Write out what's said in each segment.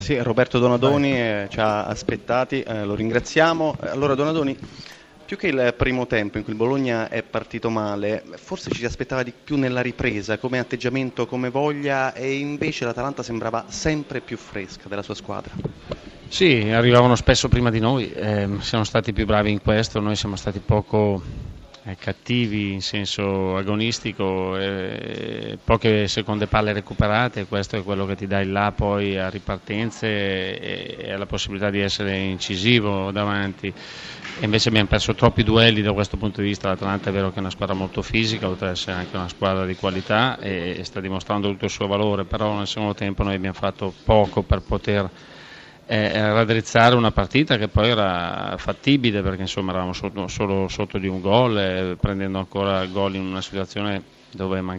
Sì, Roberto Donadoni ci ha aspettati, lo ringraziamo. Allora Donadoni, più che il primo tempo in cui il Bologna è partito male, forse ci si aspettava di più nella ripresa, come atteggiamento, come voglia, e invece l'Atalanta sembrava sempre più fresca della sua squadra. Sì, arrivavano spesso prima di noi, siamo stati più bravi in questo, noi siamo stati poco cattivi in senso agonistico, poche seconde palle recuperate, questo è quello che ti dà il là poi a ripartenze e alla possibilità di essere incisivo davanti. E invece abbiamo perso troppi duelli da questo punto di vista. L'Atalanta è vero che è una squadra molto fisica, oltre ad essere anche una squadra di qualità e sta dimostrando tutto il suo valore, però nel secondo tempo noi abbiamo fatto poco per poter raddrizzare una partita che poi era fattibile, perché insomma eravamo solo sotto di un gol, prendendo ancora il gol in una situazione dove è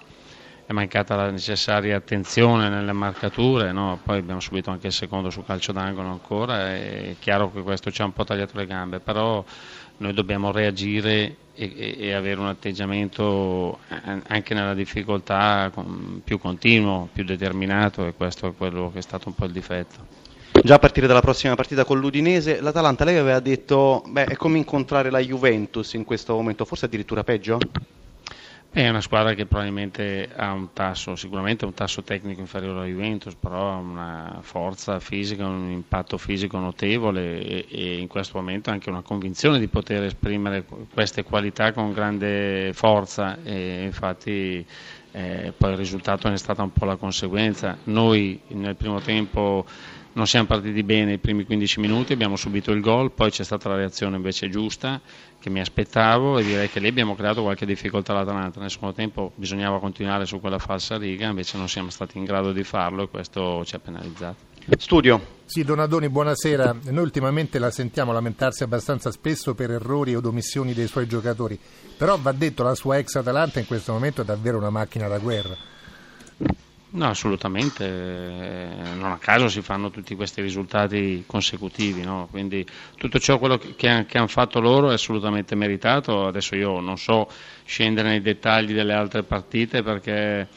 mancata la necessaria attenzione nelle marcature, no? Poi abbiamo subito anche il secondo su calcio d'angolo ancora, è chiaro che questo ci ha un po' tagliato le gambe, però noi dobbiamo reagire e avere un atteggiamento anche nella difficoltà più continuo, più determinato, e questo è quello che è stato un po' il difetto. Già a partire dalla prossima partita con l'Udinese, l'Atalanta, lei aveva detto, è come incontrare la Juventus in questo momento, forse addirittura peggio? È una squadra che probabilmente ha sicuramente un tasso tecnico inferiore alla Juventus, però ha una forza fisica, un impatto fisico notevole e in questo momento anche una convinzione di poter esprimere queste qualità con grande forza, e infatti poi il risultato ne è stata un po' la conseguenza. Noi nel primo tempo non siamo partiti bene i primi 15 minuti, abbiamo subito il gol, poi c'è stata la reazione invece giusta che mi aspettavo, e direi che lì abbiamo creato qualche difficoltà all'Atalanta. Nel secondo tempo bisognava continuare su quella falsa riga, invece non siamo stati in grado di farlo e questo ci ha penalizzato. Studio. Sì, Donadoni, buonasera. Noi ultimamente la sentiamo lamentarsi abbastanza spesso per errori o omissioni dei suoi giocatori, però va detto, la sua ex Atalanta in questo momento è davvero una macchina da guerra. No, assolutamente, non a caso si fanno tutti questi risultati consecutivi, no? Quindi tutto ciò quello che hanno fatto loro è assolutamente meritato. Adesso io non so scendere nei dettagli delle altre partite, perché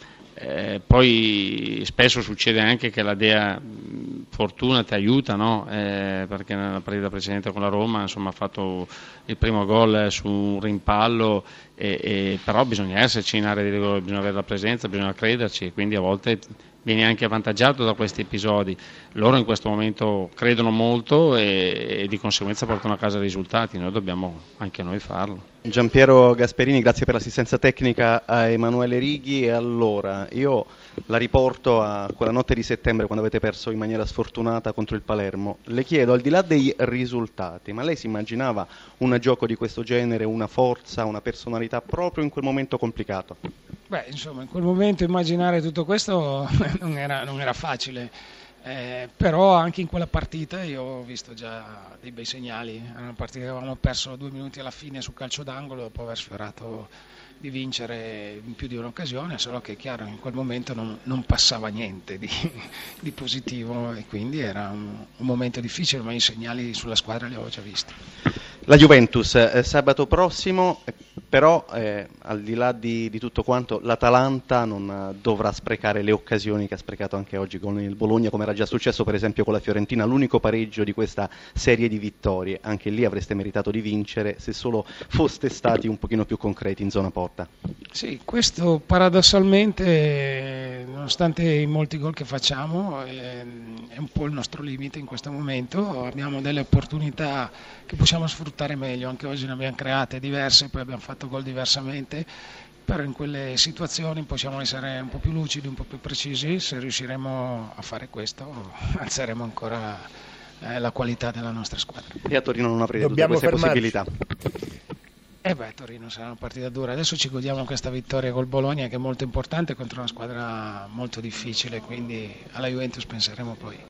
poi spesso succede anche che la dea fortuna ti aiuta, no? Perché nella partita precedente con la Roma insomma, ha fatto il primo gol su un rimpallo, però bisogna esserci in area di rigore, bisogna avere la presenza, bisogna crederci, e quindi a volte vieni anche avvantaggiato da questi episodi. Loro in questo momento credono molto e di conseguenza portano a casa i risultati, noi dobbiamo anche noi farlo. Giampiero Gasperini, grazie per l'assistenza tecnica a Emanuele Righi. E allora io la riporto a quella notte di settembre, quando avete perso in maniera sfortunata contro il Palermo. Le chiedo, al di là dei risultati, ma lei si immaginava un gioco di questo genere, una forza, una personalità proprio in quel momento complicato? Beh, insomma, in quel momento immaginare tutto questo non era facile, però anche in quella partita io ho visto già dei bei segnali. Era una partita che avevamo perso 2 minuti alla fine su calcio d'angolo dopo aver sfiorato di vincere in più di un'occasione, solo che chiaro in quel momento non passava niente di positivo, e quindi era un momento difficile, ma i segnali sulla squadra li avevo già visti. La Juventus sabato prossimo, però al di là di tutto quanto, l'Atalanta non dovrà sprecare le occasioni che ha sprecato anche oggi con il Bologna, come era già successo per esempio con la Fiorentina, l'unico pareggio di questa serie di vittorie. Anche lì avreste meritato di vincere se solo foste stati un pochino più concreti in zona porta. Sì, questo paradossalmente, nonostante i molti gol che facciamo, è un po' il nostro limite in questo momento. Abbiamo delle opportunità che possiamo sfruttare meglio, anche oggi ne abbiamo create diverse, poi abbiamo fatto gol diversamente, però in quelle situazioni possiamo essere un po' più lucidi, un po' più precisi. Se riusciremo a fare questo, alzeremo ancora la qualità della nostra squadra. E a Torino non avrete tutte queste possibilità. Torino sarà una partita dura. Adesso ci godiamo questa vittoria col Bologna, che è molto importante contro una squadra molto difficile, quindi alla Juventus penseremo poi.